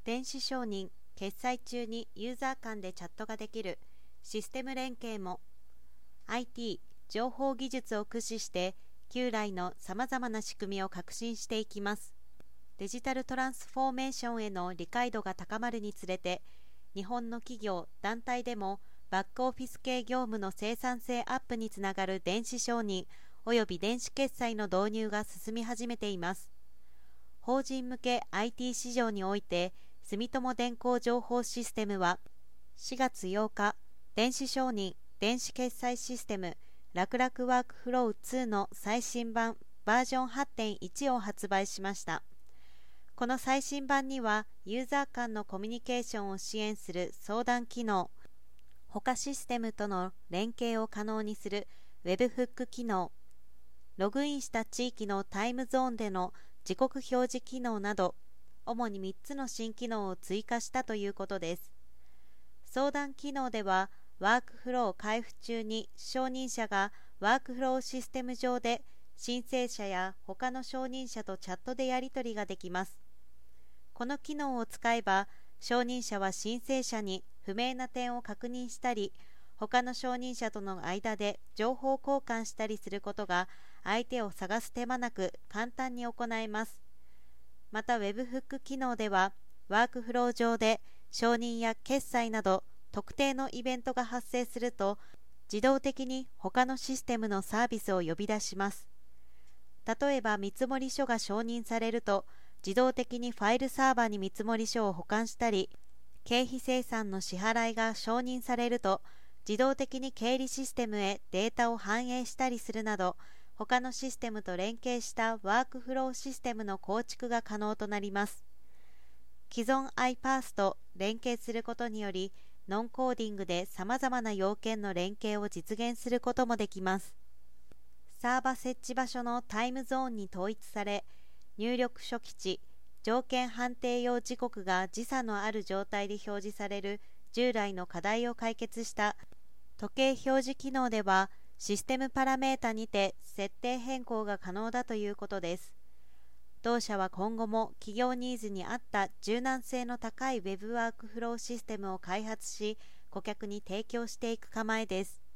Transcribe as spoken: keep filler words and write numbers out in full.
電子承認、決済中にユーザー間でチャットができるシステム連携も。 アイティー 情報技術を駆使して旧来のさまざまな仕組みを革新していきます。デジタルトランスフォーメーションへの理解度が高まるにつれて、日本の企業・団体でもバックオフィス系業務の生産性アップにつながる電子承認および電子決済の導入が進み始めています。法人向け アイティー 市場において、住友電工情報システムはしがつようか、電子承認電子決済システム楽々ワークフローツーの最新版バージョン はちてんいち を発売しました。この最新版にはユーザー間のコミュニケーションを支援する相談機能、他システムとの連携を可能にするウェブフック機能、ログインした地域のタイムゾーンでの時刻表示機能など、主にみっつの新機能を追加したということです。相談機能では、ワークフロー開封中に承認者がワークフローシステム上で申請者や他の承認者とチャットでやり取りができます。この機能を使えば、承認者は申請者に不明な点を確認したり、他の承認者との間で情報交換したりすることが、相手を探す手間なく簡単に行えます。また、ウェブフック機能では、ワークフロー上で承認や決済など特定のイベントが発生すると、自動的に他のシステムのサービスを呼び出します。例えば、見積書が承認されると、自動的にファイルサーバーに見積書を保管したり、経費精算の支払いが承認されると、自動的に経理システムへデータを反映したりするなど、他のシステムと連携したワークフローシステムの構築が可能となります。既存 アイパース と連携することにより、ノンコーディングでさまざまな要件の連携を実現することもできます。サーバ設置場所のタイムゾーンに統一され、入力初期値、条件判定用時刻が時差のある状態で表示される従来の課題を解決した時計表示機能では、システムパラメータにて設定変更が可能だということです。同社は今後も企業ニーズに合った柔軟性の高いウェブワークフローシステムを開発し、顧客に提供していく構えです。